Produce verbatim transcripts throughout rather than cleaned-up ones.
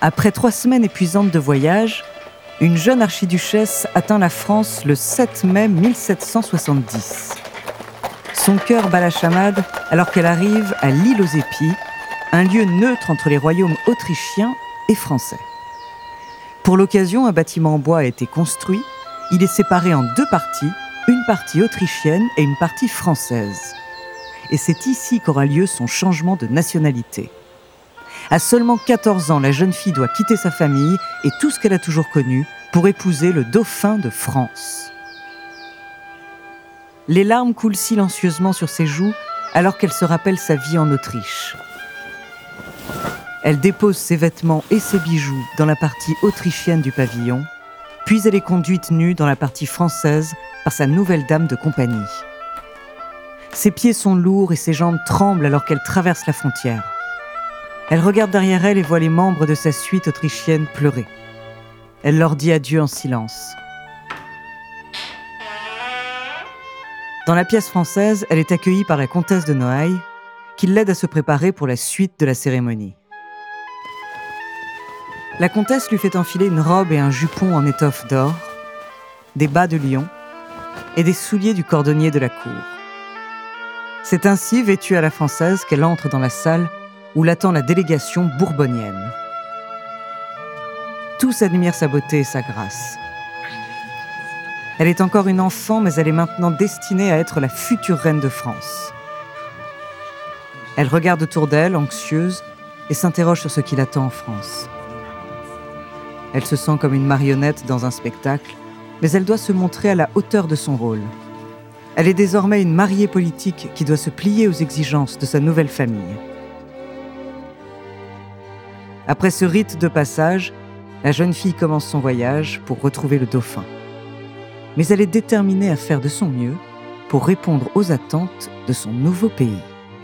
Après trois semaines épuisantes de voyage, une jeune archiduchesse atteint la France le sept mai mille sept cent soixante-dix. Son cœur bat la chamade alors qu'elle arrive à l'île aux Épis, un lieu neutre entre les royaumes autrichiens et français. Pour l'occasion, un bâtiment en bois a été construit. Il est séparé en deux parties, une partie autrichienne et une partie française. Et c'est ici qu'aura lieu son changement de nationalité. À seulement quatorze ans, la jeune fille doit quitter sa famille et tout ce qu'elle a toujours connu pour épouser le dauphin de France. Les larmes coulent silencieusement sur ses joues alors qu'elle se rappelle sa vie en Autriche. Elle dépose ses vêtements et ses bijoux dans la partie autrichienne du pavillon, puis elle est conduite nue dans la partie française par sa nouvelle dame de compagnie. Ses pieds sont lourds et ses jambes tremblent alors qu'elle traverse la frontière. Elle regarde derrière elle et voit les membres de sa suite autrichienne pleurer. Elle leur dit adieu en silence. Dans la pièce française, elle est accueillie par la comtesse de Noailles, qui l'aide à se préparer pour la suite de la cérémonie. La comtesse lui fait enfiler une robe et un jupon en étoffe d'or, des bas de lion et des souliers du cordonnier de la cour. C'est ainsi, vêtue à la française, qu'elle entre dans la salle où l'attend la délégation bourbonienne. Tous admirent sa beauté et sa grâce. Elle est encore une enfant, mais elle est maintenant destinée à être la future reine de France. Elle regarde autour d'elle, anxieuse, et s'interroge sur ce qui l'attend en France. Elle se sent comme une marionnette dans un spectacle, mais elle doit se montrer à la hauteur de son rôle. Elle est désormais une mariée politique qui doit se plier aux exigences de sa nouvelle famille. Après ce rite de passage, la jeune fille commence son voyage pour retrouver le dauphin. Mais elle est déterminée à faire de son mieux pour répondre aux attentes de son nouveau pays.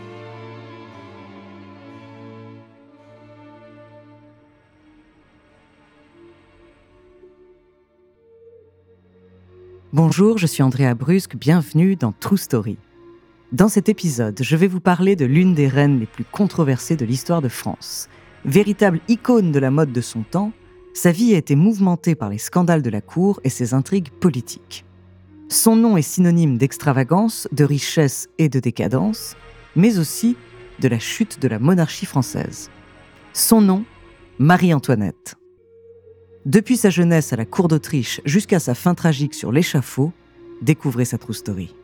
Bonjour, je suis Andrea Brusque, bienvenue dans True Story. Dans cet épisode, je vais vous parler de l'une des reines les plus controversées de l'histoire de France. Véritable icône de la mode de son temps, sa vie a été mouvementée par les scandales de la cour et ses intrigues politiques. Son nom est synonyme d'extravagance, de richesse et de décadence, mais aussi de la chute de la monarchie française. Son nom, Marie-Antoinette. Depuis sa jeunesse à la cour d'Autriche jusqu'à sa fin tragique sur l'échafaud, découvrez sa True Story.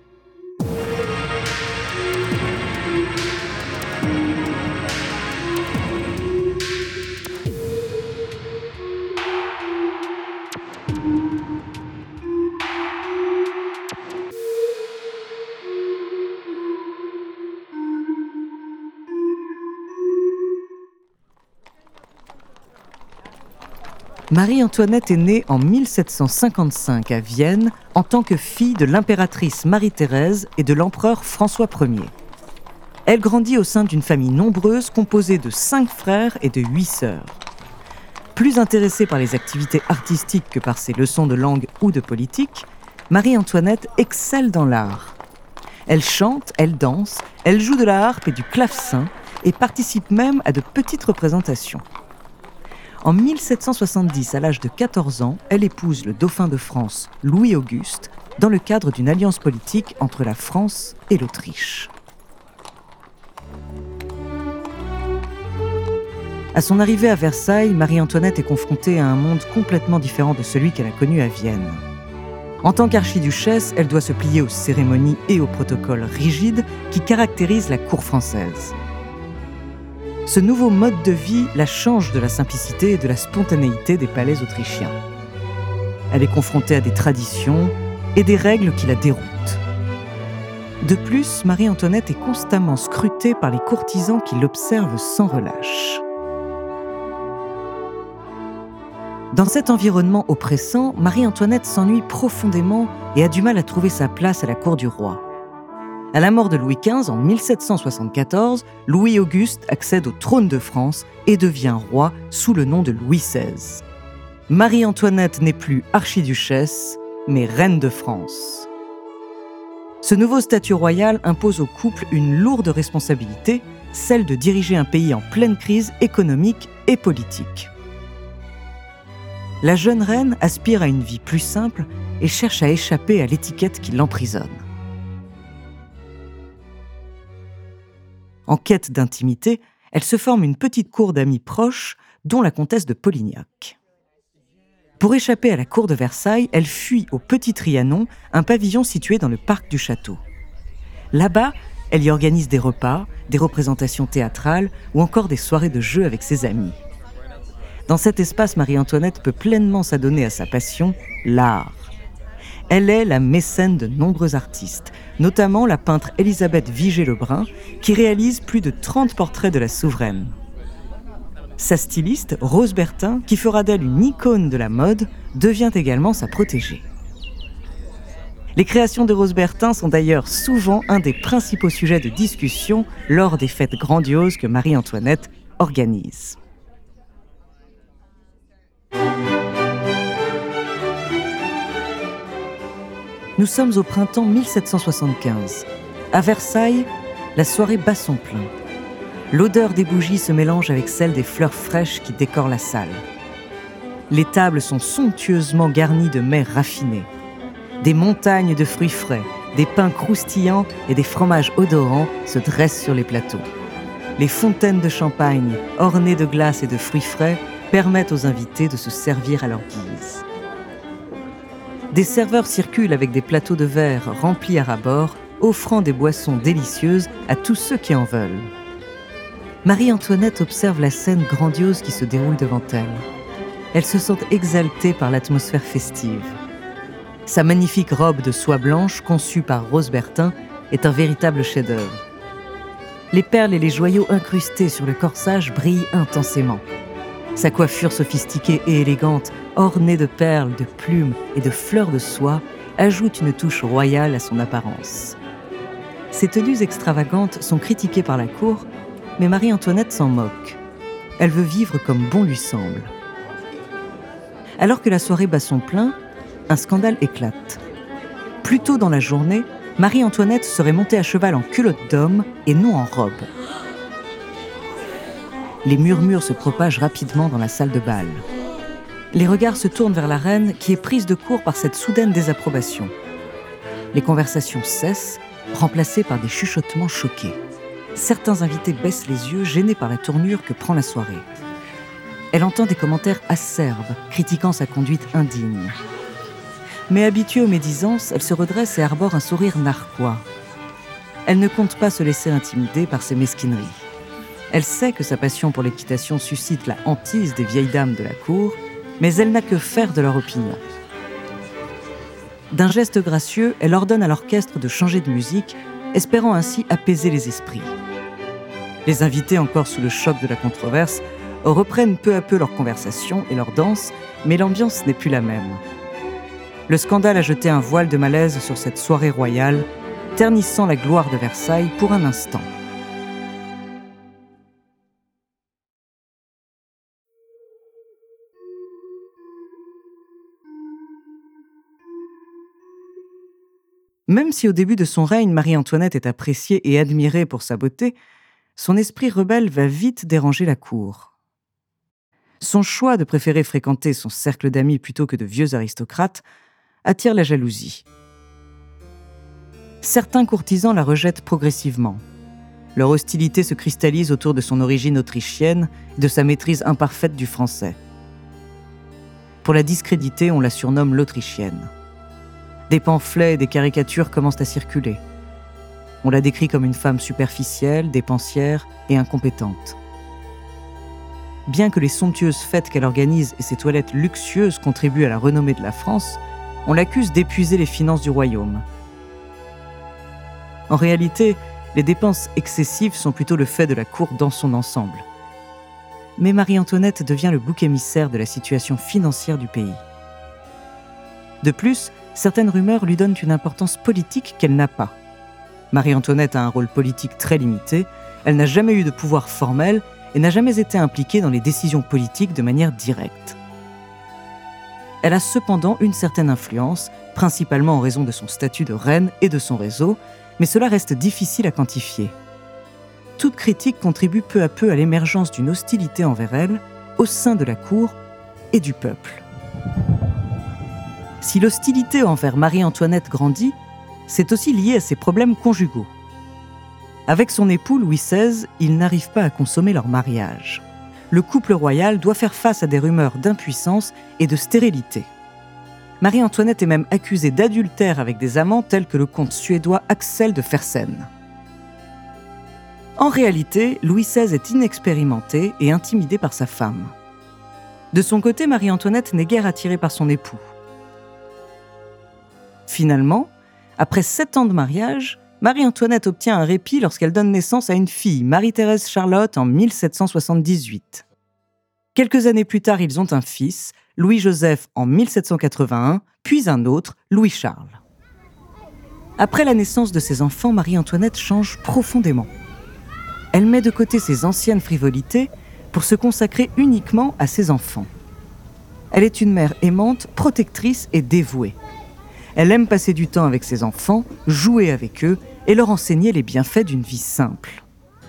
Marie-Antoinette est née en mille sept cent cinquante-cinq à Vienne en tant que fille de l'impératrice Marie-Thérèse et de l'empereur François Ier. Elle grandit au sein d'une famille nombreuse composée de cinq frères et de huit sœurs. Plus intéressée par les activités artistiques que par ses leçons de langue ou de politique, Marie-Antoinette excelle dans l'art. Elle chante, elle danse, elle joue de la harpe et du clavecin et participe même à de petites représentations. En mille sept cent soixante-dix, à l'âge de quatorze ans, elle épouse le dauphin de France, Louis-Auguste, dans le cadre d'une alliance politique entre la France et l'Autriche. À son arrivée à Versailles, Marie-Antoinette est confrontée à un monde complètement différent de celui qu'elle a connu à Vienne. En tant qu'archiduchesse, elle doit se plier aux cérémonies et aux protocoles rigides qui caractérisent la cour française. Ce nouveau mode de vie la change de la simplicité et de la spontanéité des palais autrichiens. Elle est confrontée à des traditions et des règles qui la déroutent. De plus, Marie-Antoinette est constamment scrutée par les courtisans qui l'observent sans relâche. Dans cet environnement oppressant, Marie-Antoinette s'ennuie profondément et a du mal à trouver sa place à la cour du roi. À la mort de Louis quinze en mille sept cent soixante-quatorze, Louis-Auguste accède au trône de France et devient roi sous le nom de Louis seize. Marie-Antoinette n'est plus archiduchesse, mais reine de France. Ce nouveau statut royal impose au couple une lourde responsabilité, celle de diriger un pays en pleine crise économique et politique. la jeune reine aspire à une vie plus simple et cherche à échapper à l'étiquette qui l'emprisonne. En quête d'intimité, elle se forme une petite cour d'amis proches, dont la comtesse de Polignac. Pour échapper à la cour de Versailles, elle fuit au Petit Trianon, un pavillon situé dans le parc du château. Là-bas, elle y organise des repas, des représentations théâtrales ou encore des soirées de jeux avec ses amis. Dans cet espace, Marie-Antoinette peut pleinement s'adonner à sa passion, l'art. Elle est la mécène de nombreux artistes, notamment la peintre Élisabeth Vigée-Lebrun, qui réalise plus de trente portraits de la souveraine. Sa styliste, Rose Bertin, qui fera d'elle une icône de la mode, devient également sa protégée. Les créations de Rose Bertin sont d'ailleurs souvent un des principaux sujets de discussion lors des fêtes grandioses que Marie-Antoinette organise. Nous sommes au printemps mille sept cent soixante-quinze. À Versailles, la soirée bat son plein. L'odeur des bougies se mélange avec celle des fleurs fraîches qui décorent la salle. Les tables sont somptueusement garnies de mets raffinés. Des montagnes de fruits frais, des pains croustillants et des fromages odorants se dressent sur les plateaux. Les fontaines de champagne, ornées de glace et de fruits frais, permettent aux invités de se servir à leur guise. Des serveurs circulent avec des plateaux de verre remplis à ras-bord, offrant des boissons délicieuses à tous ceux qui en veulent. Marie-Antoinette observe la scène grandiose qui se déroule devant elle. Elle se sent exaltée par l'atmosphère festive. Sa magnifique robe de soie blanche, conçue par Rose Bertin, est un véritable chef-d'œuvre. Les perles et les joyaux incrustés sur le corsage brillent intensément. Sa coiffure sophistiquée et élégante, ornée de perles, de plumes et de fleurs de soie, ajoute une touche royale à son apparence. Ses tenues extravagantes sont critiquées par la cour, mais Marie-Antoinette s'en moque. Elle veut vivre comme bon lui semble. Alors que la soirée bat son plein, un scandale éclate. Plus tôt dans la journée, Marie-Antoinette serait montée à cheval en culotte d'homme et non en robe. Les murmures se propagent rapidement dans la salle de bal. Les regards se tournent vers la reine qui est prise de court par cette soudaine désapprobation. Les conversations cessent, remplacées par des chuchotements choqués. Certains invités baissent les yeux, gênés par la tournure que prend la soirée. Elle entend des commentaires acerbes, critiquant sa conduite indigne. Mais habituée aux médisances, elle se redresse et arbore un sourire narquois. Elle ne compte pas se laisser intimider par ces mesquineries. Elle sait que sa passion pour l'équitation suscite la hantise des vieilles dames de la cour, mais elle n'a que faire de leur opinion. D'un geste gracieux, elle ordonne à l'orchestre de changer de musique, espérant ainsi apaiser les esprits. Les invités, encore sous le choc de la controverse, reprennent peu à peu leur conversation et leur danse, mais l'ambiance n'est plus la même. Le scandale a jeté un voile de malaise sur cette soirée royale, ternissant la gloire de Versailles pour un instant. Même si au début de son règne, Marie-Antoinette est appréciée et admirée pour sa beauté, son esprit rebelle va vite déranger la cour. Son choix de préférer fréquenter son cercle d'amis plutôt que de vieux aristocrates attire la jalousie. Certains courtisans la rejettent progressivement. Leur hostilité se cristallise autour de son origine autrichienne et de sa maîtrise imparfaite du français. Pour la discréditer, on la surnomme l'Autrichienne. Des pamphlets et des caricatures commencent à circuler. On la décrit comme une femme superficielle, dépensière et incompétente. Bien que les somptueuses fêtes qu'elle organise et ses toilettes luxueuses contribuent à la renommée de la France, on l'accuse d'épuiser les finances du royaume. En réalité, les dépenses excessives sont plutôt le fait de la cour dans son ensemble. Mais Marie-Antoinette devient le bouc émissaire de la situation financière du pays. De plus, certaines rumeurs lui donnent une importance politique qu'elle n'a pas. Marie-Antoinette a un rôle politique très limité, elle n'a jamais eu de pouvoir formel et n'a jamais été impliquée dans les décisions politiques de manière directe. Elle a cependant une certaine influence, principalement en raison de son statut de reine et de son réseau, mais cela reste difficile à quantifier. Toute critique contribue peu à peu à l'émergence d'une hostilité envers elle, au sein de la cour et du peuple. Si l'hostilité envers Marie-Antoinette grandit, c'est aussi lié à ses problèmes conjugaux. Avec son époux Louis seize, ils n'arrivent pas à consommer leur mariage. Le couple royal doit faire face à des rumeurs d'impuissance et de stérilité. Marie-Antoinette est même accusée d'adultère avec des amants tels que le comte suédois Axel de Fersen. En réalité, Louis seize est inexpérimenté et intimidé par sa femme. De son côté, Marie-Antoinette n'est guère attirée par son époux. Finalement, après sept ans de mariage, Marie-Antoinette obtient un répit lorsqu'elle donne naissance à une fille, Marie-Thérèse Charlotte, en mille sept cent soixante-dix-huit. Quelques années plus tard, ils ont un fils, Louis-Joseph, en mille sept cent quatre-vingt-un, puis un autre, Louis-Charles. Après la naissance de ses enfants, Marie-Antoinette change profondément. Elle met de côté ses anciennes frivolités pour se consacrer uniquement à ses enfants. Elle est une mère aimante, protectrice et dévouée. Elle aime passer du temps avec ses enfants, jouer avec eux et leur enseigner les bienfaits d'une vie simple.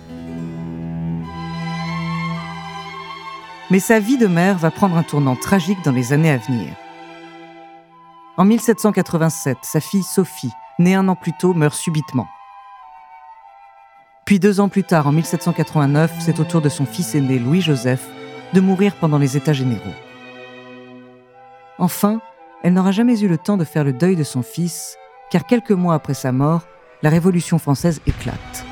Mais sa vie de mère va prendre un tournant tragique dans les années à venir. En mille sept cent quatre-vingt-sept, sa fille Sophie, née un an plus tôt, meurt subitement. Puis deux ans plus tard, en mille sept cent quatre-vingt-neuf, c'est au tour de son fils aîné, Louis-Joseph, de mourir pendant les États généraux. Enfin, elle n'aura jamais eu le temps de faire le deuil de son fils, car quelques mois après sa mort, la Révolution française éclate.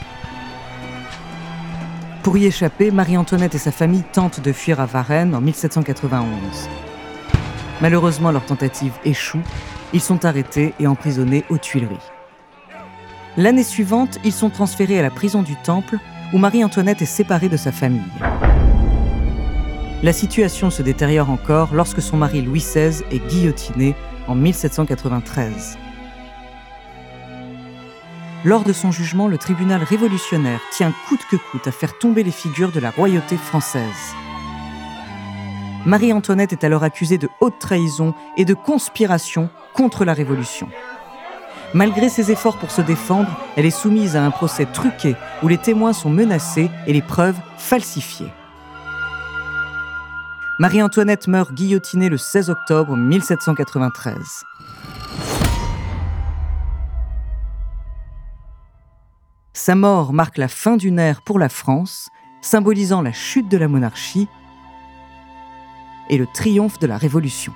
Pour y échapper, Marie-Antoinette et sa famille tentent de fuir à Varennes en mille sept cent quatre-vingt-onze. Malheureusement, leur tentative échoue. Ils sont arrêtés et emprisonnés aux Tuileries. L'année suivante, ils sont transférés à la prison du Temple, où Marie-Antoinette est séparée de sa famille. La situation se détériore encore lorsque son mari Louis seize est guillotiné en mille sept cent quatre-vingt-treize. Lors de son jugement, le tribunal révolutionnaire tient coûte que coûte à faire tomber les figures de la royauté française. Marie-Antoinette est alors accusée de haute trahison et de conspiration contre la Révolution. Malgré ses efforts pour se défendre, elle est soumise à un procès truqué où les témoins sont menacés et les preuves falsifiées. Marie-Antoinette meurt guillotinée le seize octobre mille sept cent quatre-vingt-treize. Sa mort marque la fin d'une ère pour la France, symbolisant la chute de la monarchie et le triomphe de la Révolution.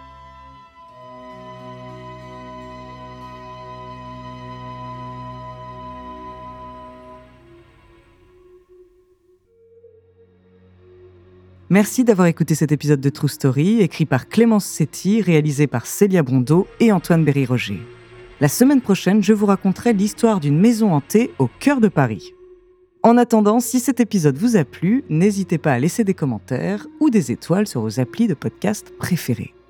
Merci d'avoir écouté cet épisode de True Story, écrit par Clémence Setti, réalisé par Célia Brondeau et Antoine Berry-Roger. La semaine prochaine, je vous raconterai l'histoire d'une maison hantée au cœur de Paris. En attendant, si cet épisode vous a plu, n'hésitez pas à laisser des commentaires ou des étoiles sur vos applis de podcast préférés.